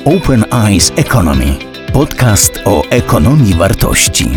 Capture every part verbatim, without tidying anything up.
Open Eyes Economy. Podcast o ekonomii wartości.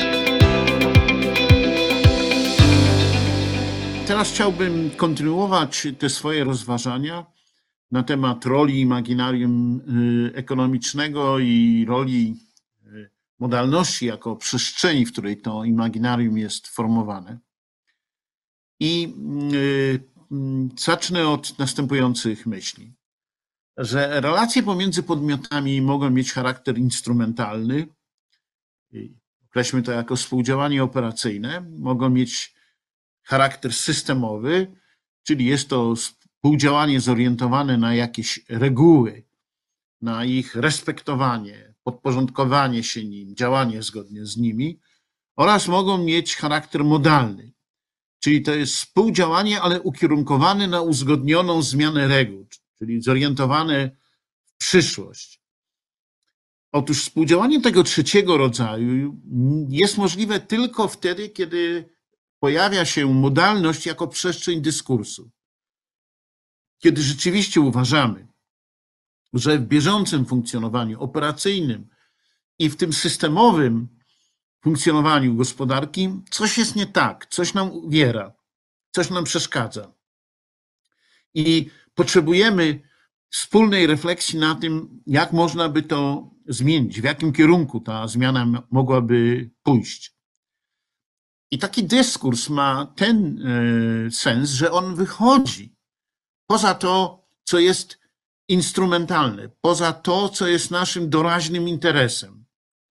Teraz chciałbym kontynuować te swoje rozważania na temat roli imaginarium ekonomicznego i roli modalności jako przestrzeni, w której to imaginarium jest formowane. I zacznę od następujących myśli, że relacje pomiędzy podmiotami mogą mieć charakter instrumentalny, określmy to jako współdziałanie operacyjne, mogą mieć charakter systemowy, czyli jest to współdziałanie zorientowane na jakieś reguły, na ich respektowanie, podporządkowanie się nim, działanie zgodnie z nimi, oraz mogą mieć charakter modalny, czyli to jest współdziałanie, ale ukierunkowane na uzgodnioną zmianę reguł, czyli zorientowane w przyszłość. Otóż współdziałanie tego trzeciego rodzaju jest możliwe tylko wtedy, kiedy pojawia się modalność jako przestrzeń dyskursu. Kiedy rzeczywiście uważamy, że w bieżącym funkcjonowaniu operacyjnym i w tym systemowym funkcjonowaniu gospodarki coś jest nie tak, coś nam uwiera, coś nam przeszkadza. I potrzebujemy wspólnej refleksji na tym, jak można by to zmienić, w jakim kierunku ta zmiana mogłaby pójść. I taki dyskurs ma ten sens, że on wychodzi poza to, co jest instrumentalne, poza to, co jest naszym doraźnym interesem.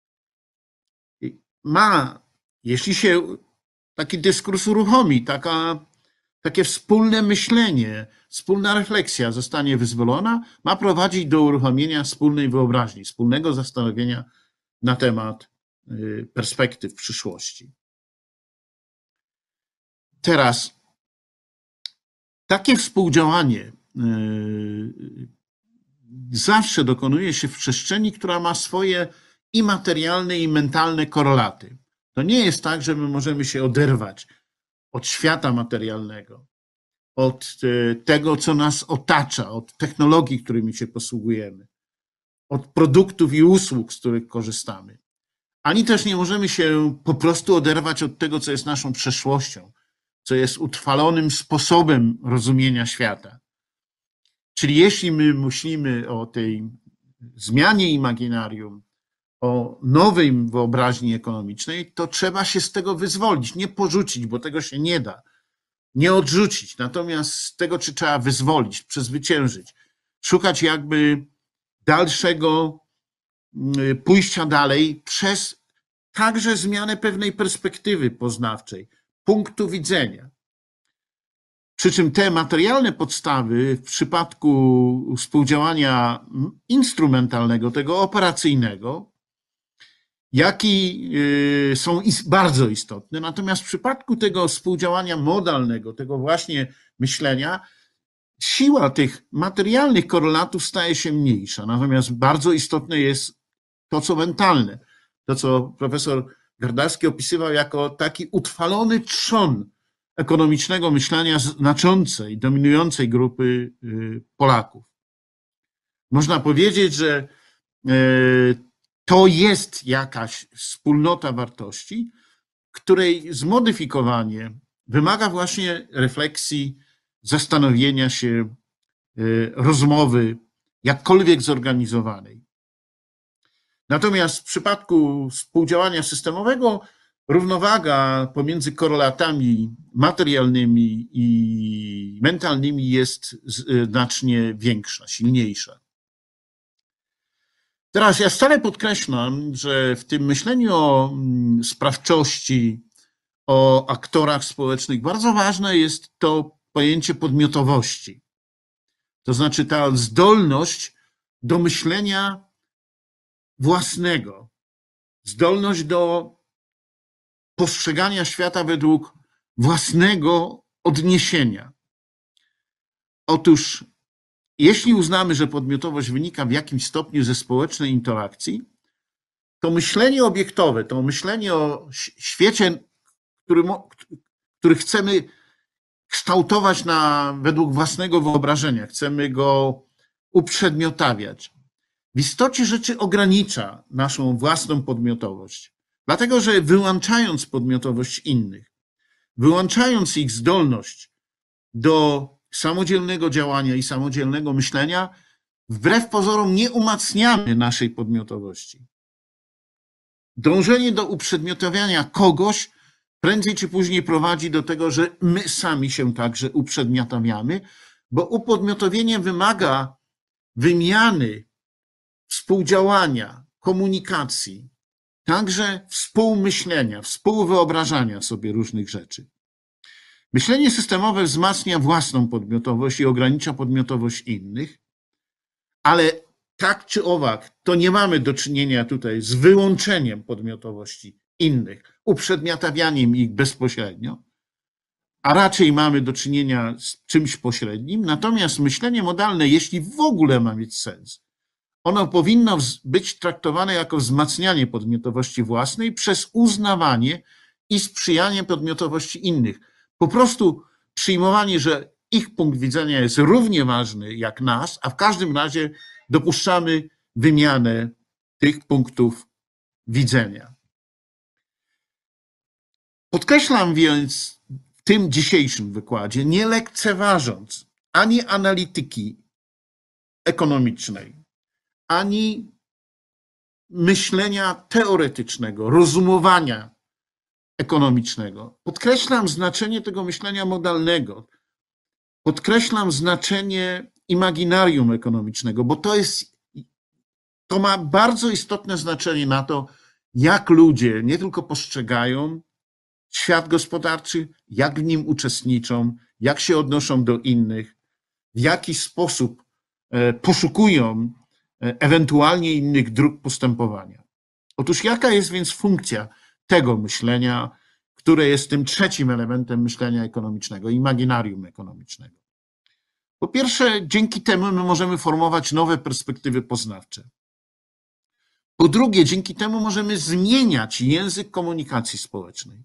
Ma, jeśli się taki dyskurs uruchomi, taka, takie wspólne myślenie, wspólna refleksja zostanie wyzwolona, ma prowadzić do uruchomienia wspólnej wyobraźni, wspólnego zastanowienia na temat perspektyw przyszłości. Teraz takie współdziałanie zawsze dokonuje się w przestrzeni, która ma swoje i materialne, i mentalne korelaty. To nie jest tak, że my możemy się oderwać od świata materialnego, od tego, co nas otacza, od technologii, którymi się posługujemy, od produktów i usług, z których korzystamy. Ani też nie możemy się po prostu oderwać od tego, co jest naszą przeszłością, co jest utrwalonym sposobem rozumienia świata. Czyli jeśli my myślimy o tej zmianie imaginarium, o nowej wyobraźni ekonomicznej, to trzeba się z tego wyzwolić, nie porzucić, bo tego się nie da, nie odrzucić. Natomiast z tego trzeba wyzwolić, przezwyciężyć, szukać jakby dalszego pójścia dalej przez także zmianę pewnej perspektywy poznawczej, punktu widzenia. Przy czym te materialne podstawy w przypadku współdziałania instrumentalnego, tego operacyjnego, jak i są bardzo istotne. Natomiast w przypadku tego współdziałania modalnego, tego właśnie myślenia, siła tych materialnych korelatów staje się mniejsza. Natomiast bardzo istotne jest to, co mentalne, to, co profesor Gardarski opisywał jako taki utrwalony trzon ekonomicznego myślenia znaczącej, dominującej grupy Polaków. Można powiedzieć, że to jest jakaś wspólnota wartości, której zmodyfikowanie wymaga właśnie refleksji, zastanowienia się, rozmowy, jakkolwiek zorganizowanej. Natomiast w przypadku współdziałania systemowego równowaga pomiędzy korelatami materialnymi i mentalnymi jest znacznie większa, silniejsza. Teraz ja stale podkreślam, że w tym myśleniu o sprawczości, o aktorach społecznych bardzo ważne jest to pojęcie podmiotowości. To znaczy ta zdolność do myślenia własnego, zdolność do postrzegania świata według własnego odniesienia. Otóż jeśli uznamy, że podmiotowość wynika w jakimś stopniu ze społecznej interakcji, to myślenie obiektowe, to myślenie o świecie, który, który chcemy kształtować na, według własnego wyobrażenia, chcemy go uprzedmiotawiać, w istocie rzeczy ogranicza naszą własną podmiotowość. Dlatego, że wyłączając podmiotowość innych, wyłączając ich zdolność do samodzielnego działania i samodzielnego myślenia, wbrew pozorom nie umacniamy naszej podmiotowości. Dążenie do uprzedmiotowiania kogoś prędzej czy później prowadzi do tego, że my sami się także uprzedmiotawiamy, bo upodmiotowienie wymaga wymiany, współdziałania, komunikacji, także współmyślenia, współwyobrażania sobie różnych rzeczy. Myślenie systemowe wzmacnia własną podmiotowość i ogranicza podmiotowość innych, ale tak czy owak, to nie mamy do czynienia tutaj z wyłączeniem podmiotowości innych, uprzedmiotawianiem ich bezpośrednio, a raczej mamy do czynienia z czymś pośrednim. Natomiast myślenie modalne, jeśli w ogóle ma mieć sens, ono powinno być traktowane jako wzmacnianie podmiotowości własnej przez uznawanie i sprzyjanie podmiotowości innych. Po prostu przyjmowanie, że ich punkt widzenia jest równie ważny jak nasz, a w każdym razie dopuszczamy wymianę tych punktów widzenia. Podkreślam więc w tym dzisiejszym wykładzie, nie lekceważąc ani analityki ekonomicznej, ani myślenia teoretycznego, rozumowania ekonomicznego. Podkreślam znaczenie tego myślenia modalnego. Podkreślam znaczenie imaginarium ekonomicznego, bo to jest, to ma bardzo istotne znaczenie na to, jak ludzie nie tylko postrzegają świat gospodarczy, jak w nim uczestniczą, jak się odnoszą do innych, w jaki sposób poszukują ewentualnie innych dróg postępowania. Otóż jaka jest więc funkcja tego myślenia, które jest tym trzecim elementem myślenia ekonomicznego, imaginarium ekonomicznego? Po pierwsze, dzięki temu my możemy formować nowe perspektywy poznawcze. Po drugie, dzięki temu możemy zmieniać język komunikacji społecznej.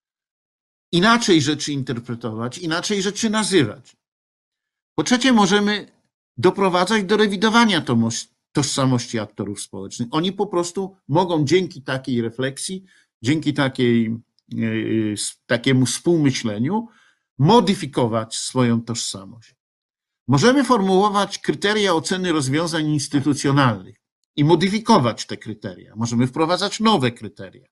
Inaczej rzeczy interpretować, inaczej rzeczy nazywać. Po trzecie, możemy doprowadzać do rewidowania tożsamości aktorów społecznych. Oni po prostu mogą dzięki takiej refleksji, dzięki takiej, takiemu współmyśleniu modyfikować swoją tożsamość. Możemy formułować kryteria oceny rozwiązań instytucjonalnych i modyfikować te kryteria. Możemy wprowadzać nowe kryteria.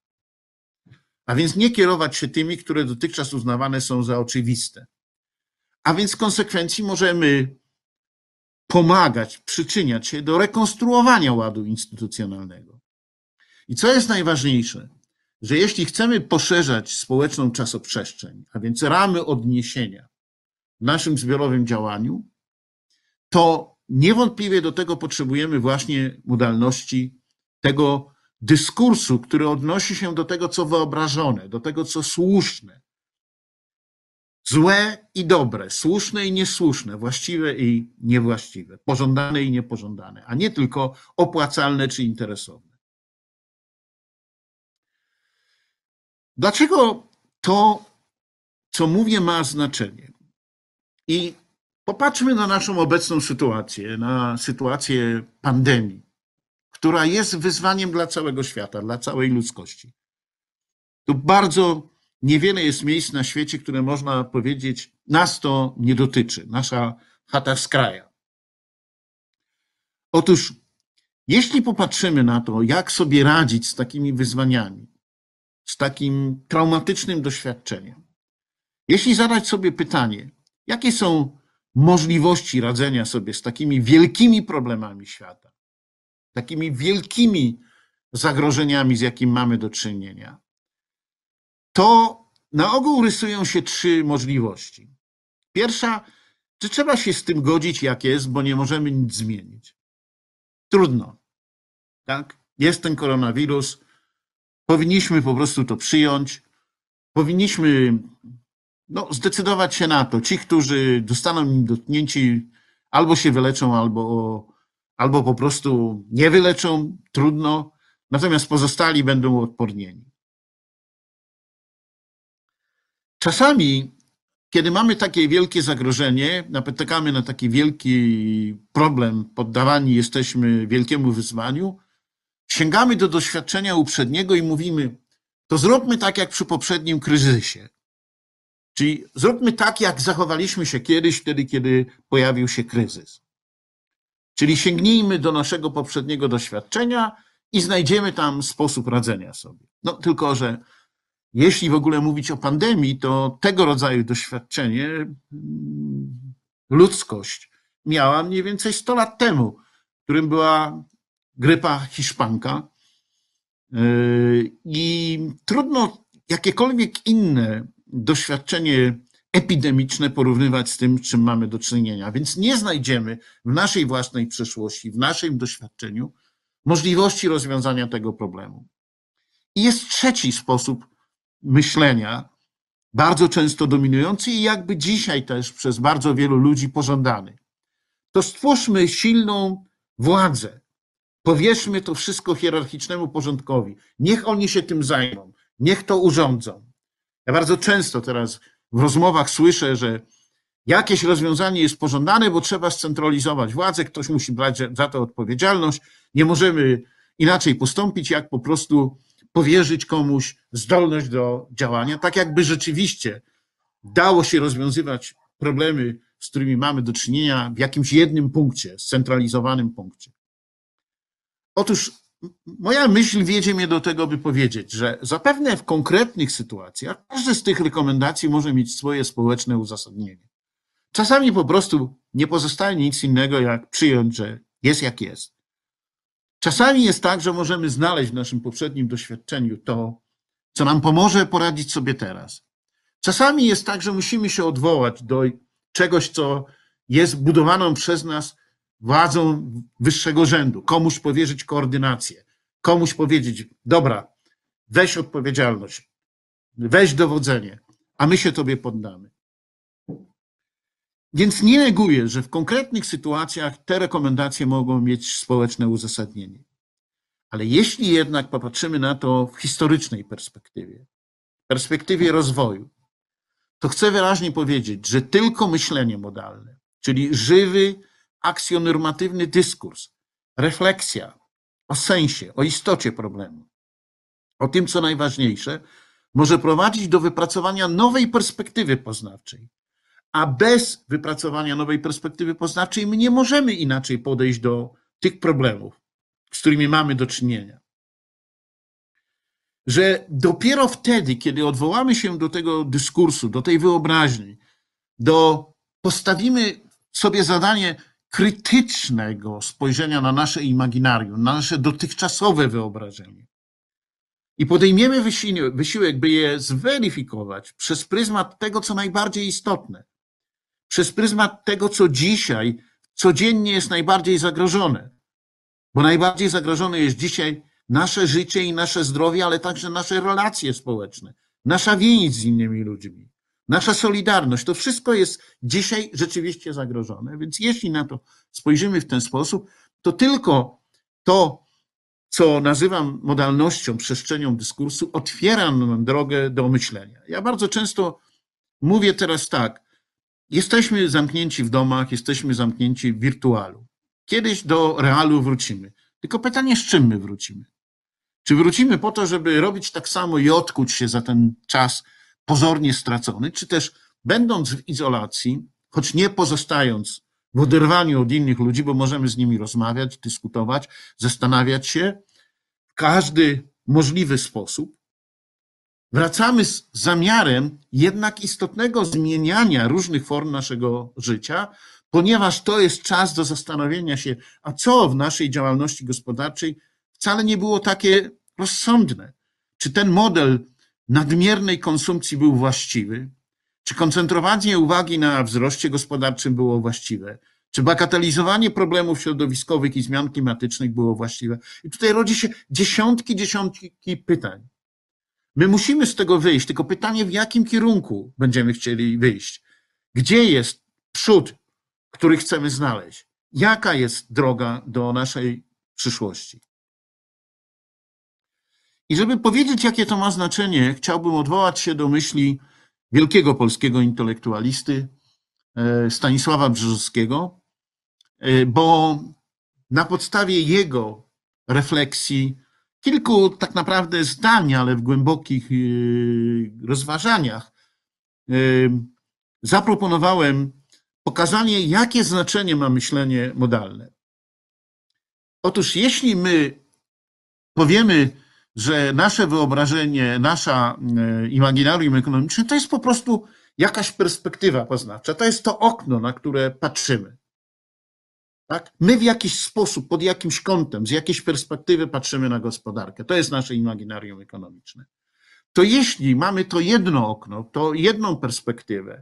A więc nie kierować się tymi, które dotychczas uznawane są za oczywiste. A więc w konsekwencji możemy pomagać, przyczyniać się do rekonstruowania ładu instytucjonalnego. I co jest najważniejsze, że jeśli chcemy poszerzać społeczną czasoprzestrzeń, a więc ramy odniesienia w naszym zbiorowym działaniu, to niewątpliwie do tego potrzebujemy właśnie modalności tego dyskursu, który odnosi się do tego, co wyobrażone, do tego, co słuszne, złe i dobre, słuszne i niesłuszne, właściwe i niewłaściwe, pożądane i niepożądane, a nie tylko opłacalne czy interesowne. Dlaczego to, co mówię, ma znaczenie? I popatrzmy na naszą obecną sytuację, na sytuację pandemii, która jest wyzwaniem dla całego świata, dla całej ludzkości. Tu bardzo niewiele jest miejsc na świecie, które można powiedzieć, nas to nie dotyczy, nasza chata z kraja. Otóż, jeśli popatrzymy na to, jak sobie radzić z takimi wyzwaniami, z takim traumatycznym doświadczeniem, jeśli zadać sobie pytanie, jakie są możliwości radzenia sobie z takimi wielkimi problemami świata, takimi wielkimi zagrożeniami, z jakimi mamy do czynienia, to na ogół rysują się trzy możliwości. Pierwsza, że trzeba się z tym godzić, jak jest, bo nie możemy nic zmienić. Trudno. Tak? Jest ten koronawirus, powinniśmy po prostu to przyjąć, powinniśmy no, zdecydować się na to. Ci, którzy zostaną nim dotknięci, albo się wyleczą, albo, albo po prostu nie wyleczą, trudno, natomiast pozostali będą odpornieni. Czasami, kiedy mamy takie wielkie zagrożenie, napotykamy na taki wielki problem, poddawani jesteśmy wielkiemu wyzwaniu, sięgamy do doświadczenia uprzedniego i mówimy, to zróbmy tak jak przy poprzednim kryzysie. Czyli zróbmy tak, jak zachowaliśmy się kiedyś, wtedy, kiedy pojawił się kryzys. Czyli sięgnijmy do naszego poprzedniego doświadczenia i znajdziemy tam sposób radzenia sobie. No tylko, że jeśli w ogóle mówić o pandemii, to tego rodzaju doświadczenie ludzkość miała mniej więcej sto lat temu, którym była grypa hiszpanka. I trudno jakiekolwiek inne doświadczenie epidemiczne porównywać z tym, z czym mamy do czynienia. Więc nie znajdziemy w naszej własnej przeszłości, w naszym doświadczeniu możliwości rozwiązania tego problemu. I jest trzeci sposób myślenia, bardzo często dominujący i jakby dzisiaj też przez bardzo wielu ludzi pożądany. To stwórzmy silną władzę. Powierzmy to wszystko hierarchicznemu porządkowi. Niech oni się tym zajmą. Niech to urządzą. Ja bardzo często teraz w rozmowach słyszę, że jakieś rozwiązanie jest pożądane, bo trzeba scentralizować władzę, ktoś musi brać za to odpowiedzialność. Nie możemy inaczej postąpić, jak po prostu powierzyć komuś zdolność do działania, tak jakby rzeczywiście dało się rozwiązywać problemy, z którymi mamy do czynienia w jakimś jednym punkcie, scentralizowanym punkcie. Otóż moja myśl wiedzie mnie do tego, by powiedzieć, że zapewne w konkretnych sytuacjach każda z tych rekomendacji może mieć swoje społeczne uzasadnienie. Czasami po prostu nie pozostaje nic innego, jak przyjąć, że jest jak jest. Czasami jest tak, że możemy znaleźć w naszym poprzednim doświadczeniu to, co nam pomoże poradzić sobie teraz. Czasami jest tak, że musimy się odwołać do czegoś, co jest budowaną przez nas władzą wyższego rzędu, komuś powierzyć koordynację, komuś powiedzieć, dobra, weź odpowiedzialność, weź dowodzenie, a my się tobie poddamy. Więc nie neguję, że w konkretnych sytuacjach te rekomendacje mogą mieć społeczne uzasadnienie. Ale jeśli jednak popatrzymy na to w historycznej perspektywie, perspektywie rozwoju, to chcę wyraźnie powiedzieć, że tylko myślenie modalne, czyli żywy, aksjonormatywny dyskurs, refleksja o sensie, o istocie problemu, o tym, co najważniejsze, może prowadzić do wypracowania nowej perspektywy poznawczej. A bez wypracowania nowej perspektywy poznawczej my nie możemy inaczej podejść do tych problemów, z którymi mamy do czynienia. Że dopiero wtedy, kiedy odwołamy się do tego dyskursu, do tej wyobraźni, do, postawimy sobie zadanie krytycznego spojrzenia na nasze imaginarium, na nasze dotychczasowe wyobrażenie i podejmiemy wysiłek, by je zweryfikować przez pryzmat tego, co najbardziej istotne, przez pryzmat tego, co dzisiaj codziennie jest najbardziej zagrożone, bo najbardziej zagrożone jest dzisiaj nasze życie i nasze zdrowie, ale także nasze relacje społeczne, nasza więź z innymi ludźmi, nasza solidarność. To wszystko jest dzisiaj rzeczywiście zagrożone. Więc jeśli na to spojrzymy w ten sposób, to tylko to, co nazywam modalnością, przestrzenią dyskursu, otwiera nam drogę do myślenia. Ja bardzo często mówię teraz tak, jesteśmy zamknięci w domach, jesteśmy zamknięci w wirtualu. Kiedyś do realu wrócimy. Tylko pytanie, z czym my wrócimy? Czy wrócimy po to, żeby robić tak samo i odkuć się za ten czas pozornie stracony, czy też będąc w izolacji, choć nie pozostając w oderwaniu od innych ludzi, bo możemy z nimi rozmawiać, dyskutować, zastanawiać się w każdy możliwy sposób, wracamy z zamiarem jednak istotnego zmieniania różnych form naszego życia, ponieważ to jest czas do zastanowienia się, a co w naszej działalności gospodarczej wcale nie było takie rozsądne. Czy ten model nadmiernej konsumpcji był właściwy? Czy koncentrowanie uwagi na wzroście gospodarczym było właściwe? Czy bagatelizowanie problemów środowiskowych i zmian klimatycznych było właściwe? I tutaj rodzi się dziesiątki, dziesiątki pytań. My musimy z tego wyjść, tylko pytanie, w jakim kierunku będziemy chcieli wyjść? Gdzie jest przód, który chcemy znaleźć? Jaka jest droga do naszej przyszłości? I żeby powiedzieć, jakie to ma znaczenie, chciałbym odwołać się do myśli wielkiego polskiego intelektualisty Stanisława Brzozowskiego, bo na podstawie jego refleksji, kilku tak naprawdę zdań, ale w głębokich rozważaniach, zaproponowałem pokazanie, jakie znaczenie ma myślenie modalne. Otóż jeśli my powiemy, że nasze wyobrażenie, nasza imaginarium ekonomiczne to jest po prostu jakaś perspektywa poznawcza, to jest to okno, na które patrzymy. Tak? My w jakiś sposób, pod jakimś kątem, z jakiejś perspektywy patrzymy na gospodarkę. To jest nasze imaginarium ekonomiczne. To jeśli mamy to jedno okno, to jedną perspektywę,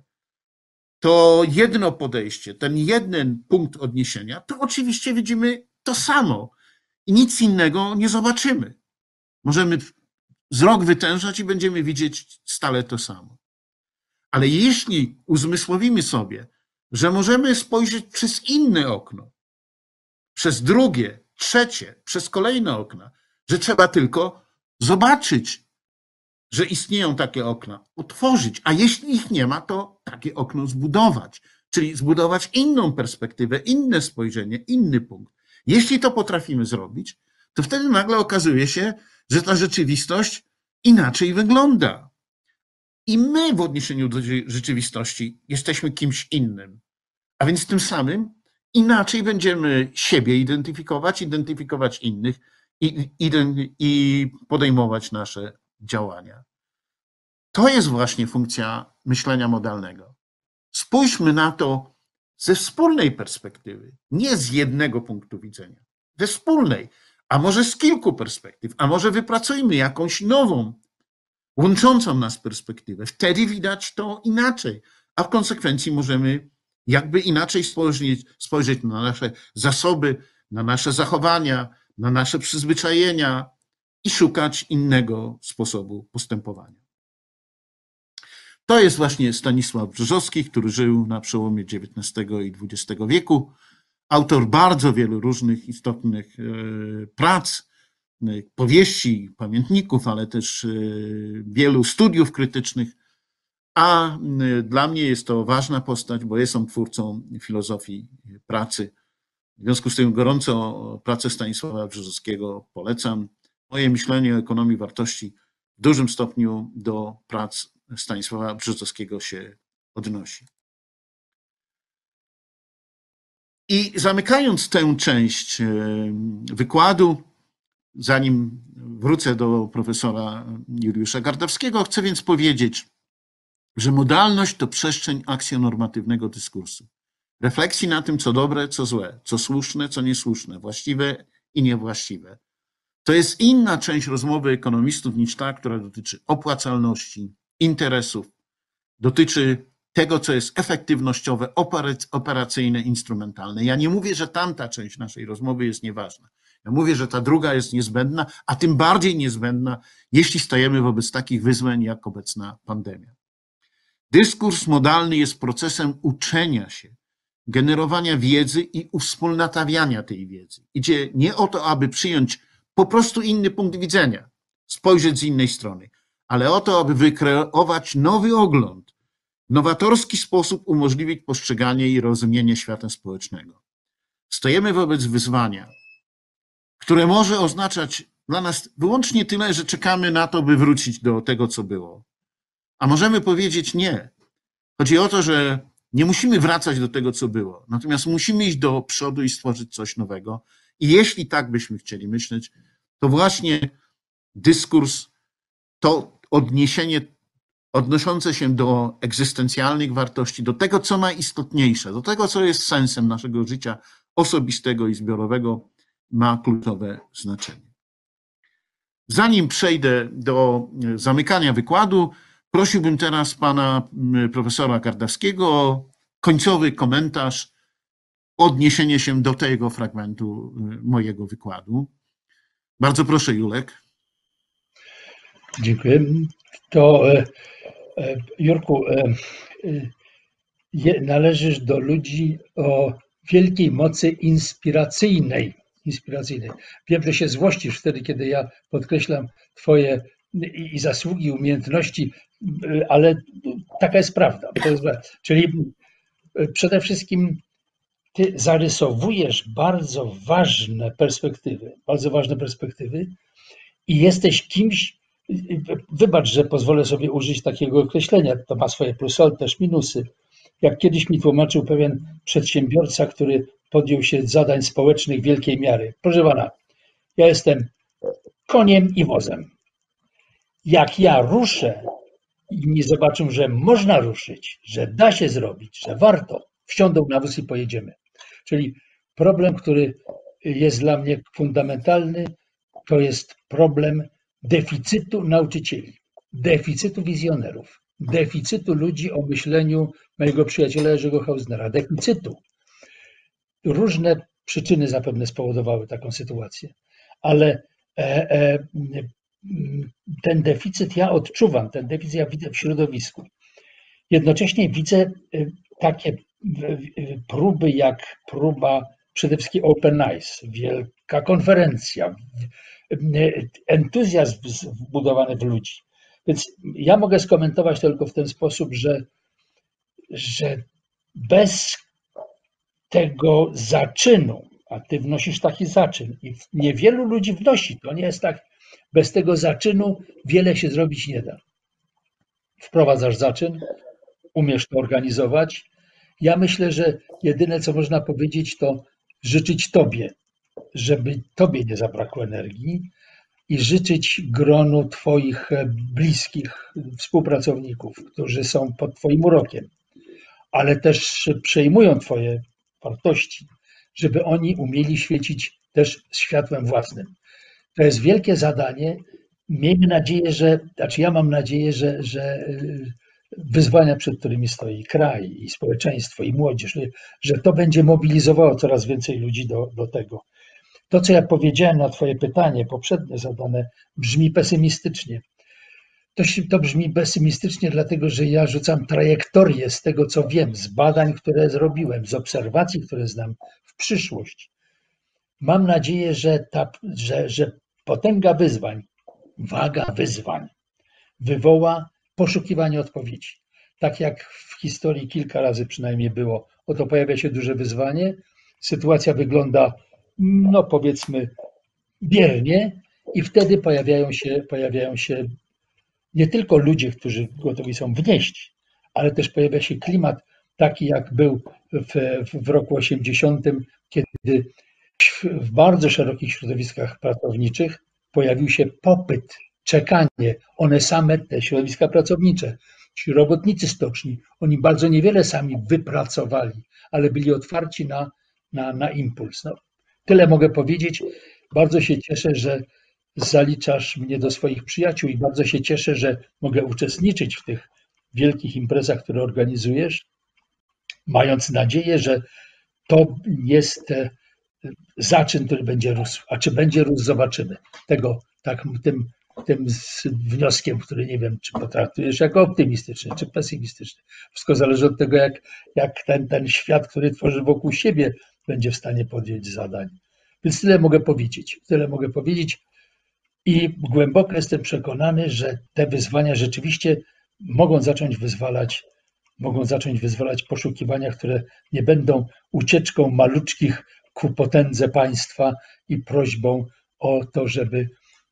to jedno podejście, ten jeden punkt odniesienia, to oczywiście widzimy to samo i nic innego nie zobaczymy. Możemy wzrok wytężać i będziemy widzieć stale to samo. Ale jeśli uzmysłowimy sobie, że możemy spojrzeć przez inne okno, przez drugie, trzecie, przez kolejne okna, że trzeba tylko zobaczyć, że istnieją takie okna, otworzyć, a jeśli ich nie ma, to takie okno zbudować, czyli zbudować inną perspektywę, inne spojrzenie, inny punkt. Jeśli to potrafimy zrobić, to wtedy nagle okazuje się, że ta rzeczywistość inaczej wygląda. I my w odniesieniu do rzeczywistości jesteśmy kimś innym. A więc tym samym inaczej będziemy siebie identyfikować, identyfikować innych i, i, i podejmować nasze działania. To jest właśnie funkcja myślenia modalnego. Spójrzmy na to ze wspólnej perspektywy, nie z jednego punktu widzenia, ze wspólnej, a może z kilku perspektyw, a może wypracujmy jakąś nową, łączącą nas perspektywę. Wtedy widać to inaczej, a w konsekwencji możemy jakby inaczej spojrzeć, spojrzeć na nasze zasoby, na nasze zachowania, na nasze przyzwyczajenia i szukać innego sposobu postępowania. To jest właśnie Stanisław Brzozowski, który żył na przełomie dziewiętnastego i dwudziestego wieku. Autor bardzo wielu różnych istotnych prac, powieści, pamiętników, ale też wielu studiów krytycznych. A dla mnie jest to ważna postać, bo jest on twórcą filozofii pracy. W związku z tym gorąco pracę Stanisława Brzozowskiego polecam. Moje myślenie o ekonomii wartości w dużym stopniu do prac Stanisława Brzozowskiego się odnosi. I zamykając tę część wykładu, zanim wrócę do profesora Juliusza Gardawskiego, chcę więc powiedzieć, że modalność to przestrzeń aksjonormatywnego dyskursu. Refleksji na tym, co dobre, co złe, co słuszne, co niesłuszne, właściwe i niewłaściwe. To jest inna część rozmowy ekonomistów niż ta, która dotyczy opłacalności, interesów, dotyczy tego, co jest efektywnościowe, operacyjne, instrumentalne. Ja nie mówię, że tamta część naszej rozmowy jest nieważna. Ja mówię, że ta druga jest niezbędna, a tym bardziej niezbędna, jeśli stajemy wobec takich wyzwań jak obecna pandemia. Dyskurs modalny jest procesem uczenia się, generowania wiedzy i uwspólnotawiania tej wiedzy. Idzie nie o to, aby przyjąć po prostu inny punkt widzenia, spojrzeć z innej strony, ale o to, aby wykreować nowy ogląd, w nowatorski sposób umożliwić postrzeganie i rozumienie świata społecznego. Stajemy wobec wyzwania, które może oznaczać dla nas wyłącznie tyle, że czekamy na to, by wrócić do tego, co było. A możemy powiedzieć nie. Chodzi o to, że nie musimy wracać do tego, co było. Natomiast musimy iść do przodu i stworzyć coś nowego. I jeśli tak byśmy chcieli myśleć, to właśnie dyskurs, to odniesienie odnoszące się do egzystencjalnych wartości, do tego, co najistotniejsze, do tego, co jest sensem naszego życia osobistego i zbiorowego, ma kluczowe znaczenie. Zanim przejdę do zamykania wykładu, prosiłbym teraz pana profesora Gardawskiego o końcowy komentarz, odniesienie się do tego fragmentu mojego wykładu. Bardzo proszę, Julek. Dziękuję. To Jurku, należysz do ludzi o wielkiej mocy inspiracyjnej. inspiracyjnej. Wiem, że się złościsz wtedy, kiedy ja podkreślam twoje i, i zasługi, umiejętności, ale taka jest prawda. To jest, czyli przede wszystkim ty zarysowujesz bardzo ważne perspektywy, bardzo ważne perspektywy i jesteś kimś, wybacz, że pozwolę sobie użyć takiego określenia, to ma swoje plusy, ale też minusy. Jak kiedyś mi tłumaczył pewien przedsiębiorca, który podjął się zadań społecznych wielkiej miary. Proszę pana, ja jestem koniem i wozem. Jak ja ruszę i mi zobaczą, że można ruszyć, że da się zrobić, że warto, wsiądą na wóz i pojedziemy. Czyli problem, który jest dla mnie fundamentalny, to jest problem deficytu nauczycieli, deficytu wizjonerów, deficytu ludzi o myśleniu mojego przyjaciela Jerzego Hausnera, deficytu. Różne przyczyny zapewne spowodowały taką sytuację, ale e, e, ten deficyt ja odczuwam, ten deficyt ja widzę w środowisku. Jednocześnie widzę takie próby jak próba przede wszystkim Open Eyes, wielka konferencja, entuzjazm wbudowany w ludzi. Więc ja mogę skomentować tylko w ten sposób, że, że bez tego zaczynu, a ty wnosisz taki zaczyn i niewielu ludzi wnosi, to nie jest tak, bez tego zaczynu wiele się zrobić nie da. Wprowadzasz zaczyn, umiesz to organizować. Ja myślę, że jedyne, co można powiedzieć, to życzyć tobie, żeby tobie nie zabrakło energii i życzyć gronu twoich bliskich współpracowników, którzy są pod twoim urokiem, ale też przejmują twoje wartości, żeby oni umieli świecić też światłem własnym. To jest wielkie zadanie. Miejmy nadzieję, że, znaczy ja mam nadzieję, że, że wyzwania, przed którymi stoi kraj i społeczeństwo i młodzież, że to będzie mobilizowało coraz więcej ludzi do, do tego. To, co ja powiedziałem na twoje pytanie poprzednie zadane, brzmi pesymistycznie. To, to brzmi pesymistycznie, dlatego że ja rzucam trajektorię z tego, co wiem, z badań, które zrobiłem, z obserwacji, które znam w przyszłość. Mam nadzieję, że, ta, że, że potęga wyzwań, waga wyzwań wywoła poszukiwanie odpowiedzi. Tak jak w historii kilka razy przynajmniej było, oto pojawia się duże wyzwanie, sytuacja wygląda, no powiedzmy, biernie i wtedy pojawiają się, pojawiają się nie tylko ludzie, którzy gotowi są wnieść, ale też pojawia się klimat taki, jak był w, w roku osiemdziesiątym, kiedy w bardzo szerokich środowiskach pracowniczych pojawił się popyt, czekanie, one same, te środowiska pracownicze, ci robotnicy stoczni, oni bardzo niewiele sami wypracowali, ale byli otwarci na, na, na impuls. No, tyle mogę powiedzieć. Bardzo się cieszę, że zaliczasz mnie do swoich przyjaciół i bardzo się cieszę, że mogę uczestniczyć w tych wielkich imprezach, które organizujesz, mając nadzieję, że to jest zaczyn, który będzie rósł. A czy będzie rósł, zobaczymy. Tego tak tym, tym wnioskiem, który nie wiem, czy potraktujesz jako optymistyczny, czy pesymistyczny. Wszystko zależy od tego, jak, jak ten, ten świat, który tworzy wokół siebie, będzie w stanie podjąć zadań. Więc tyle mogę powiedzieć. Tyle mogę powiedzieć. I głęboko jestem przekonany, że te wyzwania rzeczywiście mogą zacząć wyzwalać, mogą zacząć wyzwalać poszukiwania, które nie będą ucieczką maluczkich ku potędze państwa i prośbą o to, żeby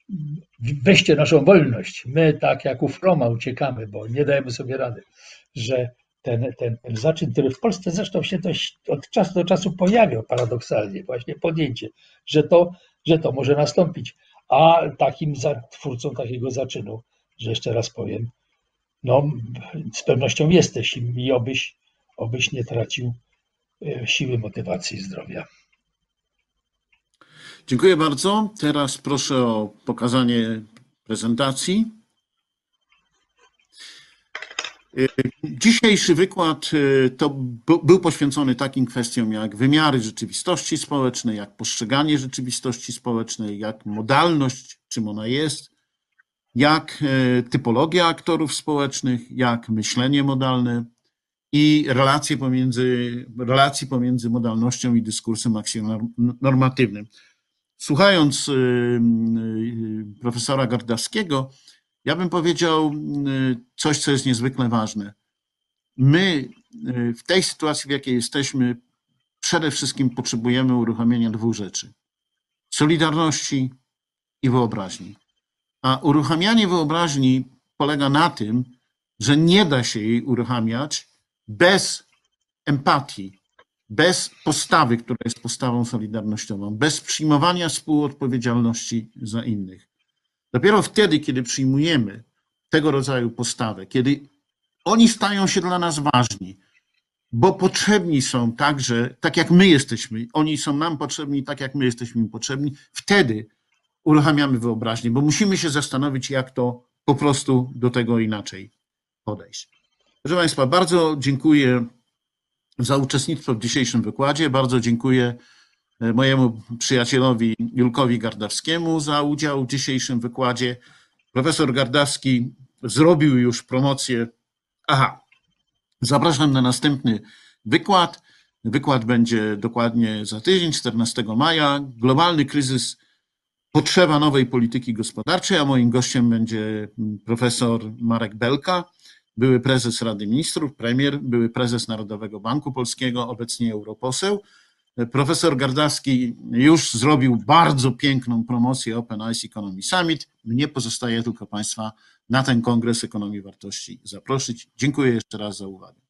weźcie naszą wolność. My tak jak u Froma uciekamy, bo nie dajemy sobie rady, że ten, ten, ten zaczyn, który w Polsce zresztą się dość od czasu do czasu pojawiał paradoksalnie, właśnie podjęcie, że to, że to może nastąpić. A takim twórcą takiego zaczynu, że jeszcze raz powiem, no z pewnością jesteś i obyś, obyś nie tracił siły, motywacji i zdrowia. Dziękuję bardzo. Teraz proszę o pokazanie prezentacji. Dzisiejszy wykład to był poświęcony takim kwestiom jak wymiary rzeczywistości społecznej, jak postrzeganie rzeczywistości społecznej, jak modalność, czym ona jest, jak typologia aktorów społecznych, jak myślenie modalne i relacje pomiędzy, relacji pomiędzy modalnością i dyskursem aksjonormatywnym. Słuchając profesora Gardawskiego, Ja bym powiedział coś, co jest niezwykle ważne. My w tej sytuacji, w jakiej jesteśmy, przede wszystkim potrzebujemy uruchomienia dwóch rzeczy: solidarności i wyobraźni. A uruchamianie wyobraźni polega na tym, że nie da się jej uruchamiać bez empatii, bez postawy, która jest postawą solidarnościową, bez przyjmowania współodpowiedzialności za innych. Dopiero wtedy, kiedy przyjmujemy tego rodzaju postawę, kiedy oni stają się dla nas ważni, bo potrzebni są także, tak jak my jesteśmy, oni są nam potrzebni, tak jak my jesteśmy im potrzebni, wtedy uruchamiamy wyobraźnię, bo musimy się zastanowić, jak to po prostu do tego inaczej podejść. Proszę Państwa, bardzo dziękuję za uczestnictwo w dzisiejszym wykładzie. Bardzo dziękuję mojemu przyjacielowi Julkowi Gardawskiemu za udział w dzisiejszym wykładzie. Profesor Gardawski zrobił już promocję. Aha, zapraszam na następny wykład. Wykład będzie dokładnie za tydzień, czternastego maja. Globalny kryzys, potrzeba nowej polityki gospodarczej, a moim gościem będzie profesor Marek Belka, były prezes Rady Ministrów, premier, były prezes Narodowego Banku Polskiego, obecnie europoseł. Profesor Gardawski już zrobił bardzo piękną promocję Open Eyes Economy Summit. Mnie pozostaje tylko Państwa na ten Kongres Ekonomii Wartości zaprosić. Dziękuję jeszcze raz za uwagę.